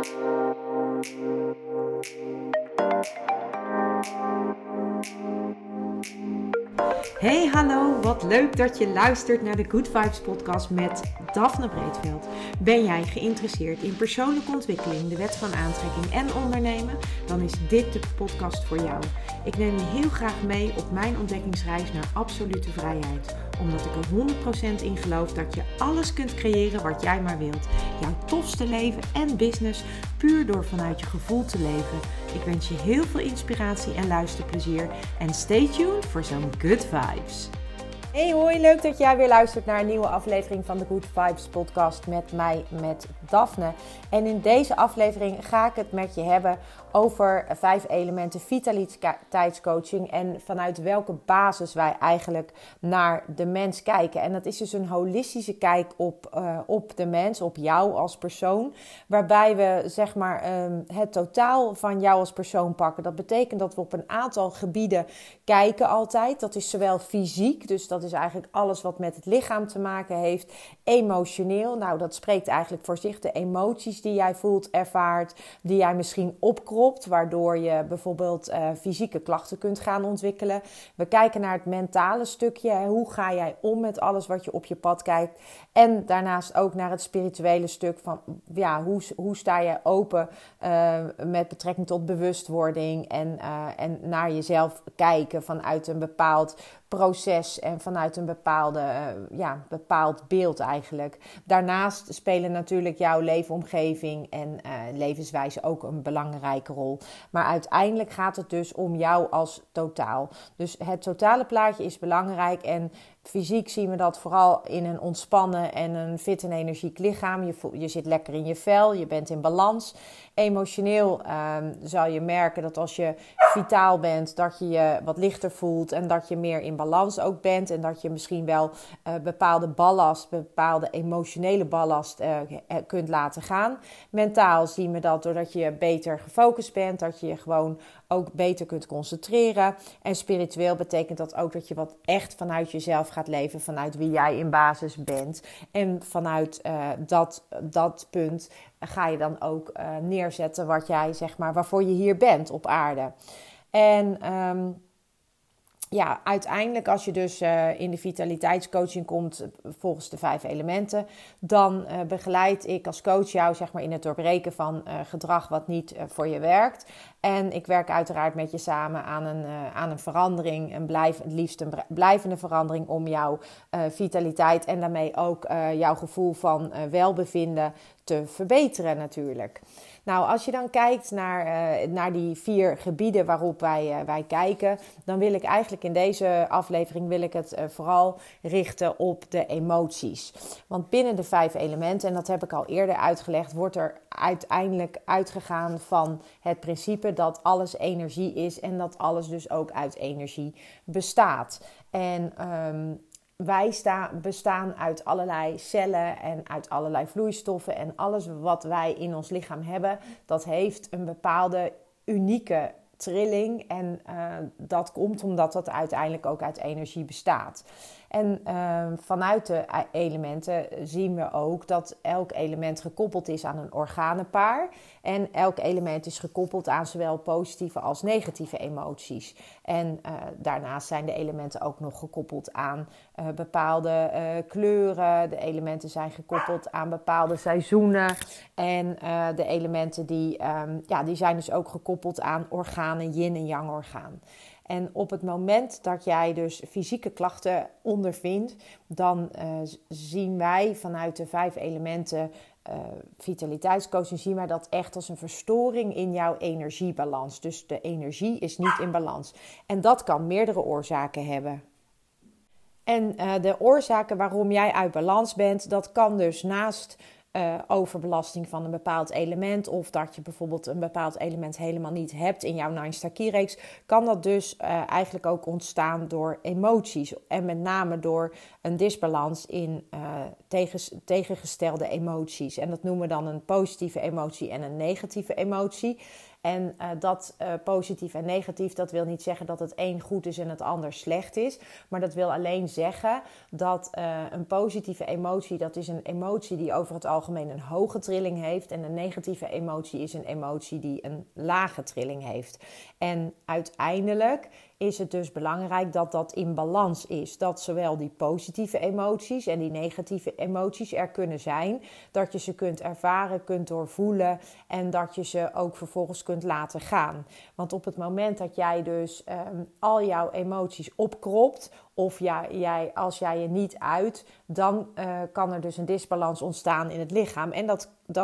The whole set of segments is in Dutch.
Hey, hallo, wat leuk dat je luistert naar de Good Vibes podcast met Daphne Breedveld. Ben jij geïnteresseerd in persoonlijke ontwikkeling, de wet van aantrekking en ondernemen? Dan is dit de podcast voor jou. Ik neem je heel graag mee op mijn ontdekkingsreis naar absolute vrijheid. Omdat ik er 100% in geloof dat je alles kunt creëren wat jij maar wilt. Jouw tofste leven en business puur door vanuit je gevoel te leven. Ik wens je heel veel inspiratie en luisterplezier. En stay tuned voor zo'n good vibes. Hey hoi, leuk dat jij weer luistert naar een nieuwe aflevering van de Good Vibes podcast met mij, met Daphne. En in deze aflevering ga ik het met je hebben over 5 elementen vitaliteitscoaching en vanuit welke basis wij eigenlijk naar de mens kijken. En dat is dus een holistische kijk op de mens, op jou als persoon, waarbij we zeg maar het totaal van jou als persoon pakken. Dat betekent dat we op een aantal gebieden kijken altijd. Dat is zowel fysiek, dus dat is eigenlijk alles wat met het lichaam te maken heeft. Emotioneel, nou dat spreekt eigenlijk voor zich. De emoties die jij voelt, ervaart, die jij misschien opkropt, waardoor je bijvoorbeeld fysieke klachten kunt gaan ontwikkelen. We kijken naar het mentale stukje. Hoe ga jij om met alles wat je op je pad kijkt? En daarnaast ook naar het spirituele stuk van ja, hoe sta je open met betrekking tot bewustwording en naar jezelf kijken vanuit een bepaald proces en vanuit een bepaald beeld eigenlijk. Daarnaast spelen natuurlijk jouw leefomgeving en levenswijze ook een belangrijke rol. Maar uiteindelijk gaat het dus om jou als totaal. Dus het totale plaatje is belangrijk en fysiek zien we dat vooral in een ontspannen en een fit en energiek lichaam. Je zit lekker in je vel, je bent in balans. Emotioneel zal je merken dat als je vitaal bent, dat je je wat lichter voelt en dat je meer in balans ook bent. En dat je misschien wel bepaalde emotionele ballast kunt laten gaan. Mentaal zien we dat doordat je beter gefocust bent, dat je je gewoon ook beter kunt concentreren. En spiritueel betekent dat ook dat je wat echt vanuit jezelf gaat leven, vanuit wie jij in basis bent. En vanuit dat punt ga je dan ook neerzetten wat jij, zeg maar, waarvoor je hier bent op aarde. En uiteindelijk als je dus in de vitaliteitscoaching komt volgens de 5 elementen, dan begeleid ik als coach jou zeg maar in het doorbreken van gedrag wat niet voor je werkt. En ik werk uiteraard met je samen aan een verandering, liefst een blijvende verandering om jouw vitaliteit en daarmee ook jouw gevoel van welbevinden te verbeteren natuurlijk. Nou, als je dan kijkt naar die 4 gebieden waarop wij kijken, dan wil ik eigenlijk in deze aflevering het vooral richten op de emoties. Want binnen de 5 elementen, en dat heb ik al eerder uitgelegd, wordt er uiteindelijk uitgegaan van het principe dat alles energie is en dat alles dus ook uit energie bestaat. En wij bestaan uit allerlei cellen en uit allerlei vloeistoffen en alles wat wij in ons lichaam hebben, dat heeft een bepaalde unieke trilling en dat komt omdat dat uiteindelijk ook uit energie bestaat. En vanuit de elementen zien we ook dat elk element gekoppeld is aan een organenpaar. En elk element is gekoppeld aan zowel positieve als negatieve emoties. En daarnaast zijn de elementen ook nog gekoppeld aan bepaalde kleuren. De elementen zijn gekoppeld aan bepaalde seizoenen. En de elementen die zijn dus ook gekoppeld aan organen, yin en yang orgaan. En op het moment dat jij dus fysieke klachten ondervindt, dan zien wij vanuit de 5 elementen vitaliteitscoaching, zien wij dat echt als een verstoring in jouw energiebalans. Dus de energie is niet in balans. En dat kan meerdere oorzaken hebben. En de oorzaken waarom jij uit balans bent, dat kan dus naast overbelasting van een bepaald element, of dat je bijvoorbeeld een bepaald element helemaal niet hebt in jouw Nine Star Key-reeks, kan dat dus eigenlijk ook ontstaan door emoties. En met name door een disbalans in tegengestelde emoties. En dat noemen we dan een positieve emotie en een negatieve emotie. En dat positief en negatief, dat wil niet zeggen dat het een goed is en het ander slecht is. Maar dat wil alleen zeggen dat een positieve emotie, dat is een emotie die over het algemeen een hoge trilling heeft. En een negatieve emotie is een emotie die een lage trilling heeft. En uiteindelijk is het dus belangrijk dat dat in balans is. Dat zowel die positieve emoties en die negatieve emoties er kunnen zijn. Dat je ze kunt ervaren, kunt doorvoelen en dat je ze ook vervolgens kunt laten gaan. Want op het moment dat jij dus al jouw emoties opkropt of als jij je niet uit, dan kan er dus een disbalans ontstaan in het lichaam. En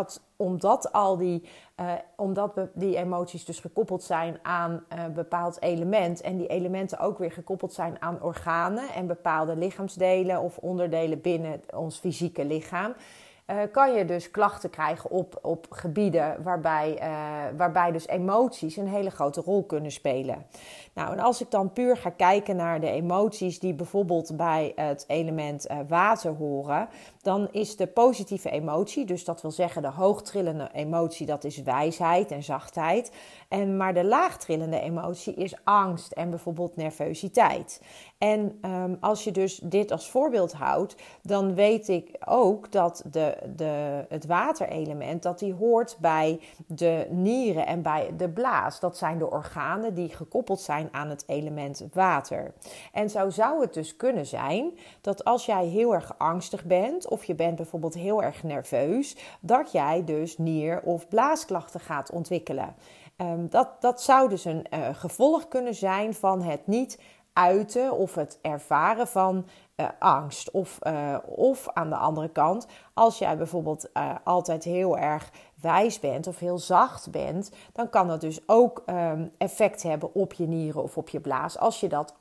omdat die emoties dus gekoppeld zijn aan een bepaald element en die elementen ook weer gekoppeld zijn aan organen en bepaalde lichaamsdelen of onderdelen binnen ons fysieke lichaam, kan je dus klachten krijgen op gebieden waarbij dus emoties een hele grote rol kunnen spelen. Nou, en als ik dan puur ga kijken naar de emoties die bijvoorbeeld bij het element water horen, dan is de positieve emotie, dus dat wil zeggen de hoogtrillende emotie, dat is wijsheid en zachtheid. Maar de laagtrillende emotie is angst en bijvoorbeeld nervositeit. En als je dus dit als voorbeeld houdt, dan weet ik ook dat het waterelement, dat die hoort bij de nieren en bij de blaas. Dat zijn de organen die gekoppeld zijn aan het element water. En zo zou het dus kunnen zijn dat als jij heel erg angstig bent of je bent bijvoorbeeld heel erg nerveus, dat jij dus nier- of blaasklachten gaat ontwikkelen. Dat zou dus een gevolg kunnen zijn van het niet uiten of het ervaren van angst. Of aan de andere kant, als jij bijvoorbeeld altijd heel erg wijs bent of heel zacht bent, dan kan dat dus ook effect hebben op je nieren of op je blaas als je dat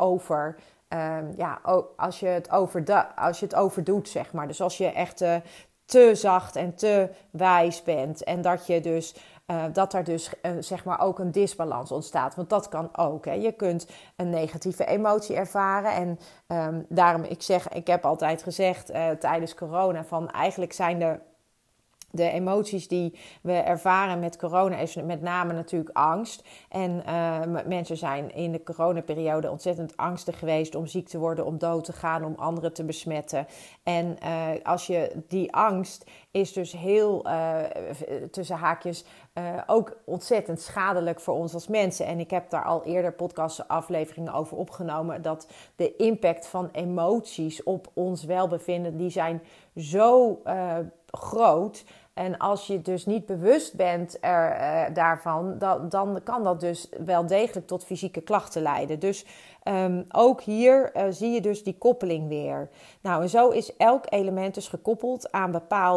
als je het overdoet, zeg maar. Dus als je echt te zacht en te wijs bent en dat je dus dat er dus zeg maar ook een disbalans ontstaat. Want dat kan ook. Hè. Je kunt een negatieve emotie ervaren. En daarom, ik heb altijd gezegd tijdens corona van eigenlijk zijn de emoties die we ervaren met corona is met name natuurlijk angst. En mensen zijn in de coronaperiode ontzettend angstig geweest om ziek te worden, om dood te gaan, om anderen te besmetten. En als je die angst is dus heel tussen haakjes ook ontzettend schadelijk voor ons als mensen. En ik heb daar al eerder podcastafleveringen over opgenomen, dat de impact van emoties op ons welbevinden, die zijn zo groot. En als je dus niet bewust bent daarvan, dan kan dat dus wel degelijk tot fysieke klachten leiden. Dus ook hier zie je dus die koppeling weer. Nou, en zo is elk element dus gekoppeld aan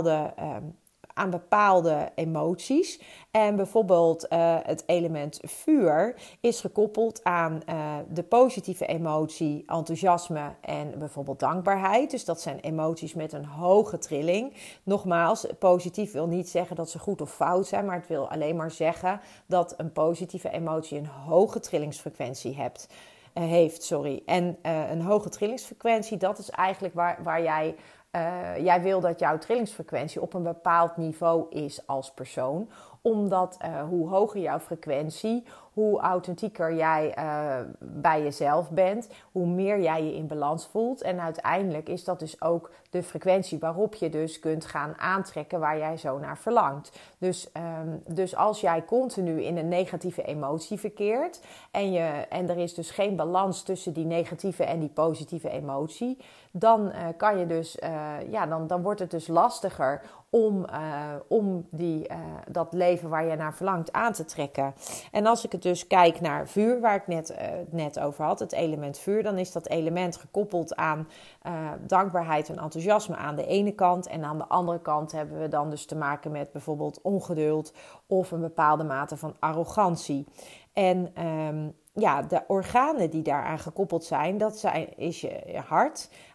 bepaalde emoties. En bijvoorbeeld het element vuur is gekoppeld aan de positieve emotie, enthousiasme en bijvoorbeeld dankbaarheid. Dus dat zijn emoties met een hoge trilling. Nogmaals, positief wil niet zeggen dat ze goed of fout zijn, maar het wil alleen maar zeggen dat een positieve emotie een hoge trillingsfrequentie heeft. En een hoge trillingsfrequentie, dat is eigenlijk waar jij wil dat jouw trillingsfrequentie op een bepaald niveau is als persoon. Omdat hoe hoger jouw frequentie, hoe authentieker jij bij jezelf bent, hoe meer jij je in balans voelt. En uiteindelijk is dat dus ook de frequentie waarop je dus kunt gaan aantrekken waar jij zo naar verlangt. Dus als jij continu in een negatieve emotie verkeert en er is dus geen balans tussen die negatieve en die positieve emotie, dan kan je dus, dan wordt het dus lastiger om dat leven waar je naar verlangt aan te trekken. En als ik het dus kijk naar vuur, waar ik net over had, het element vuur, dan is dat element gekoppeld aan dankbaarheid en enthousiasme aan de ene kant. En aan de andere kant hebben we dan dus te maken met bijvoorbeeld ongeduld of een bepaalde mate van arrogantie. En de organen die daaraan gekoppeld zijn, is je hart.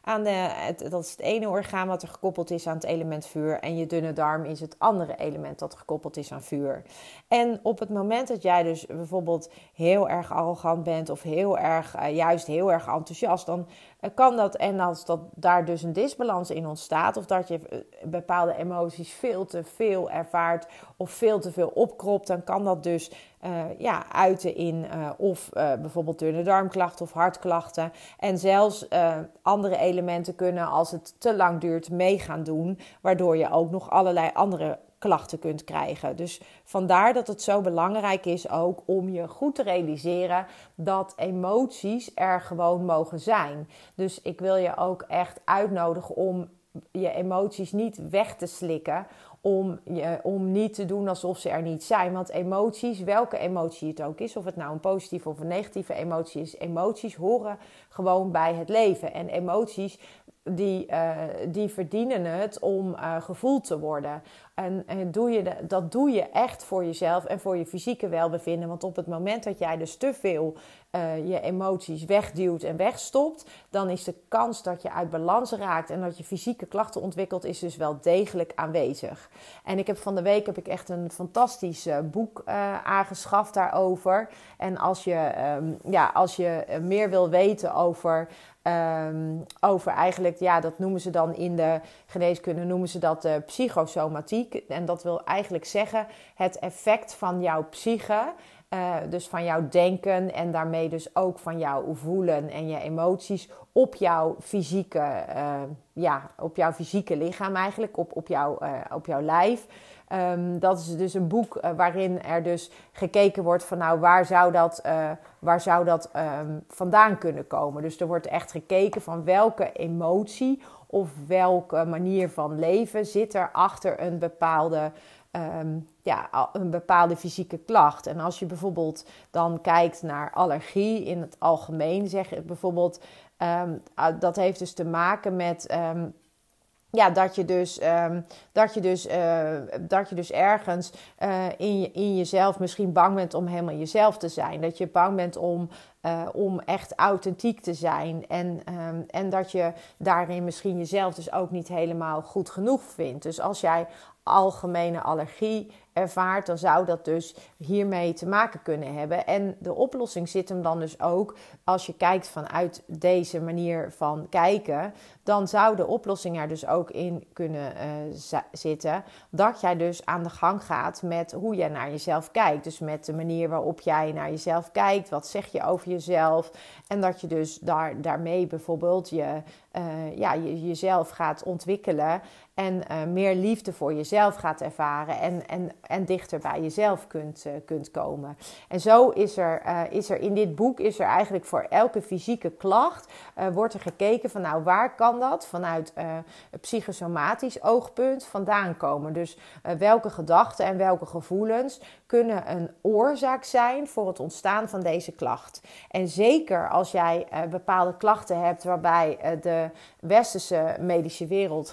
Dat is het ene orgaan wat er gekoppeld is aan het element vuur. En je dunne darm is het andere element dat gekoppeld is aan vuur. En op het moment dat jij dus bijvoorbeeld heel erg arrogant bent of juist heel erg enthousiast, dan kan dat, en als dat daar dus een disbalans in ontstaat, of dat je bepaalde emoties veel te veel ervaart of veel te veel opkropt, dan kan dat dus uiten in bijvoorbeeld dunne darmklachten of hartklachten. En zelfs andere elementen kunnen, als het te lang duurt, mee gaan doen, waardoor je ook nog allerlei andere klachten kunt krijgen. Dus vandaar dat het zo belangrijk is ook om je goed te realiseren dat emoties er gewoon mogen zijn. Dus ik wil je ook echt uitnodigen om je emoties niet weg te slikken, om niet te doen alsof ze er niet zijn. Want emoties, welke emotie het ook is, of het nou een positieve of een negatieve emotie is, emoties horen gewoon bij het leven. En emoties die verdienen het om gevoeld te worden. En dat doe je echt voor jezelf en voor je fysieke welbevinden. Want op het moment dat jij dus te veel je emoties wegduwt en wegstopt, dan is de kans dat je uit balans raakt en dat je fysieke klachten ontwikkelt, is dus wel degelijk aanwezig. En van de week heb ik echt een fantastisch boek aangeschaft daarover. En als je meer wil weten over eigenlijk, dat noemen ze dan in de geneeskunde, psychosomatiek. En dat wil eigenlijk zeggen het effect van jouw psyche, dus van jouw denken en daarmee dus ook van jouw voelen en je emoties op jouw fysieke lichaam eigenlijk, op jouw lijf. Dat is dus een boek waarin er dus gekeken wordt van waar zou dat vandaan kunnen komen. Dus er wordt echt gekeken van welke emotie of welke manier van leven zit er achter een bepaalde fysieke klacht. En als je bijvoorbeeld dan kijkt naar allergie in het algemeen, zeg ik bijvoorbeeld, dat heeft dus te maken met dat je dus ergens in jezelf misschien bang bent om helemaal jezelf te zijn. Dat je bang bent om echt authentiek te zijn. En dat je daarin misschien jezelf dus ook niet helemaal goed genoeg vindt. Dus als jij algemene allergie ervaart, dan zou dat dus hiermee te maken kunnen hebben. En de oplossing zit hem dan dus ook, als je kijkt vanuit deze manier van kijken, dan zou de oplossing er dus ook in kunnen zitten, dat jij dus aan de gang gaat met hoe jij naar jezelf kijkt. Dus met de manier waarop jij naar jezelf kijkt, wat zeg je over jezelf, en dat je dus daarmee bijvoorbeeld jezelf gaat ontwikkelen en meer liefde voor jezelf gaat ervaren en dichter bij jezelf kunt komen. En zo is er in dit boek eigenlijk voor elke fysieke klacht wordt er gekeken van waar kan dat vanuit een psychosomatisch oogpunt vandaan komen. Dus welke gedachten en welke gevoelens kunnen een oorzaak zijn voor het ontstaan van deze klacht. En zeker als jij bepaalde klachten hebt waarbij de westerse medische wereld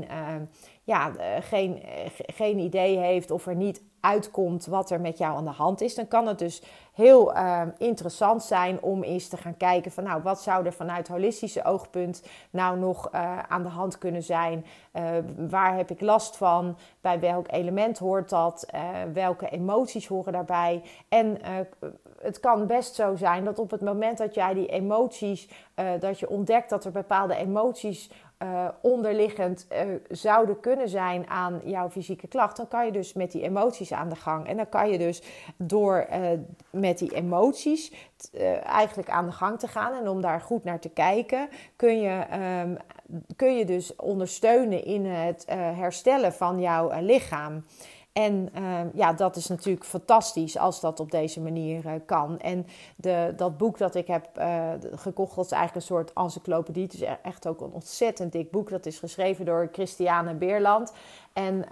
geen idee heeft of er niet uitkomt wat er met jou aan de hand is, dan kan het dus heel interessant zijn om eens te gaan kijken van wat zou er vanuit holistische oogpunt nog aan de hand kunnen zijn. Waar heb ik last van? Bij welk element hoort dat? Welke emoties horen daarbij? En het kan best zo zijn dat op het moment dat jij die emoties, dat je ontdekt dat er bepaalde emoties onderliggend zouden kunnen zijn aan jouw fysieke klacht, dan kan je dus met die emoties aan de gang. En dan kan je dus door met die emoties eigenlijk aan de gang te gaan en om daar goed naar te kijken, kun je dus ondersteunen in het herstellen van jouw lichaam. En dat is natuurlijk fantastisch als dat op deze manier kan. En dat boek dat ik heb gekocht, dat is eigenlijk een soort encyclopedie. Het is echt ook een ontzettend dik boek. Dat is geschreven door Christiane Beerland. En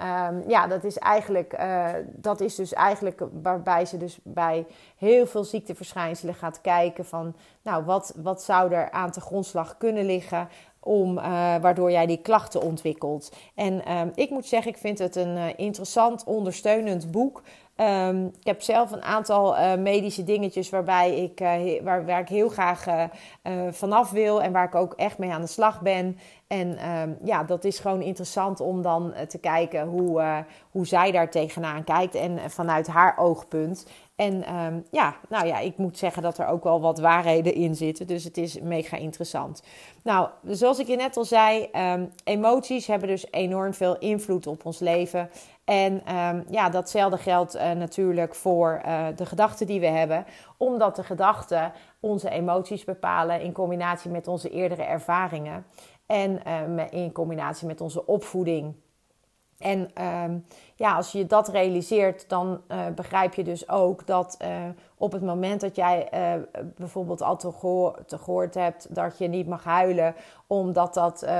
dat is dus eigenlijk waarbij ze dus bij heel veel ziekteverschijnselen gaat kijken van wat zou er aan te grondslag kunnen liggen waardoor jij die klachten ontwikkelt. En ik moet zeggen, ik vind het een interessant, ondersteunend boek Ik heb zelf een aantal medische dingetjes waar ik heel graag vanaf wil en waar ik ook echt mee aan de slag ben. En dat is gewoon interessant om dan te kijken hoe zij daar tegenaan kijkt en vanuit haar oogpunt. En ik moet zeggen dat er ook wel wat waarheden in zitten. Dus het is mega interessant. Nou, zoals ik je net al zei, emoties hebben dus enorm veel invloed op ons leven. En datzelfde geldt natuurlijk voor de gedachten die we hebben. Omdat de gedachten onze emoties bepalen in combinatie met onze eerdere ervaringen. En in combinatie met onze opvoeding. En als je dat realiseert, dan begrijp je dus ook dat op het moment dat jij bijvoorbeeld al te gehoord hebt dat je niet mag huilen omdat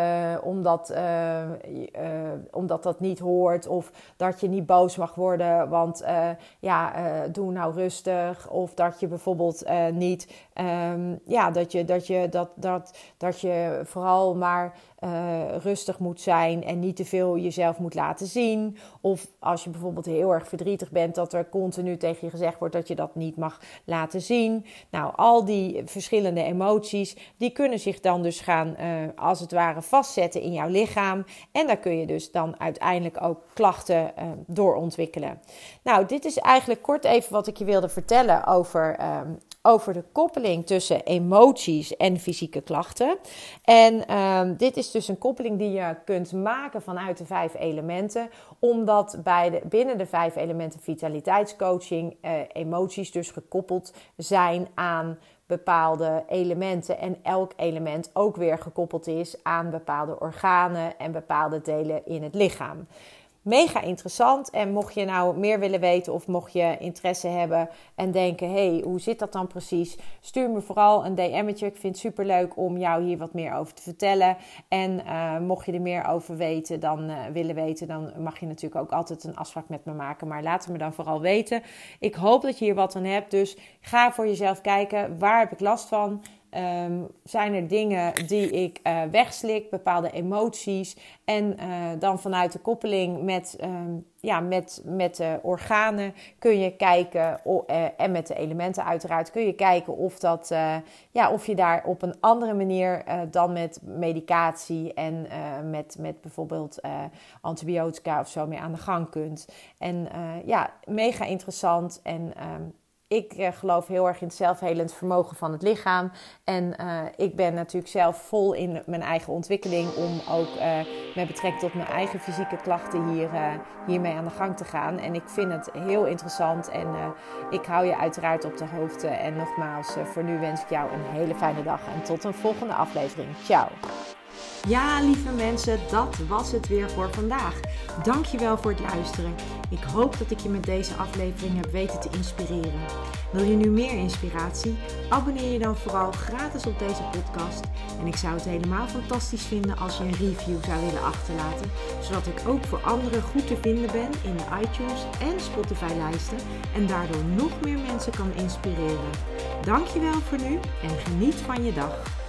dat niet hoort, of dat je niet boos mag worden, want doe nou rustig, of dat je bijvoorbeeld dat je vooral maar rustig moet zijn en niet te veel jezelf moet laten zien. Of als je bijvoorbeeld heel erg verdrietig bent, dat er continu tegen je gezegd wordt dat je dat niet mag laten zien. Nou, al die verschillende emoties, die kunnen zich dan dus gaan als het ware vastzetten in jouw lichaam. En daar kun je dus dan uiteindelijk ook klachten door ontwikkelen. Nou, dit is eigenlijk kort even wat ik je wilde vertellen over de koppeling tussen emoties en fysieke klachten. En dit is dus een koppeling die je kunt maken vanuit de 5 elementen. Omdat binnen de 5 elementen vitaliteitscoaching emoties dus gekoppeld zijn aan bepaalde elementen. En elk element ook weer gekoppeld is aan bepaalde organen en bepaalde delen in het lichaam. Mega interessant. En mocht je nou meer willen weten of mocht je interesse hebben en denken, hoe zit dat dan precies? Stuur me vooral een DM'tje. Ik vind het superleuk om jou hier wat meer over te vertellen. En mocht je er meer over willen weten, dan mag je natuurlijk ook altijd een afspraak met me maken. Maar laat het me dan vooral weten. Ik hoop dat je hier wat aan hebt. Dus ga voor jezelf kijken. Waar heb ik last van? Zijn er dingen die ik wegslik, bepaalde emoties, en dan vanuit de koppeling met de organen kun je kijken, en met de elementen uiteraard, kun je kijken of je daar op een andere manier dan met medicatie en met bijvoorbeeld antibiotica of zo mee aan de gang kunt. En mega interessant. En ik geloof heel erg in het zelfhelend vermogen van het lichaam. En ik ben natuurlijk zelf vol in mijn eigen ontwikkeling om ook met betrekking tot mijn eigen fysieke klachten hiermee aan de gang te gaan. En ik vind het heel interessant en ik hou je uiteraard op de hoogte. En nogmaals, voor nu wens ik jou een hele fijne dag en tot een volgende aflevering. Ciao! Ja, lieve mensen, dat was het weer voor vandaag. Dankjewel voor het luisteren. Ik hoop dat ik je met deze aflevering heb weten te inspireren. Wil je nu meer inspiratie? Abonneer je dan vooral gratis op deze podcast. En ik zou het helemaal fantastisch vinden als je een review zou willen achterlaten, zodat ik ook voor anderen goed te vinden ben in de iTunes en Spotify lijsten en daardoor nog meer mensen kan inspireren. Dankjewel voor nu en geniet van je dag.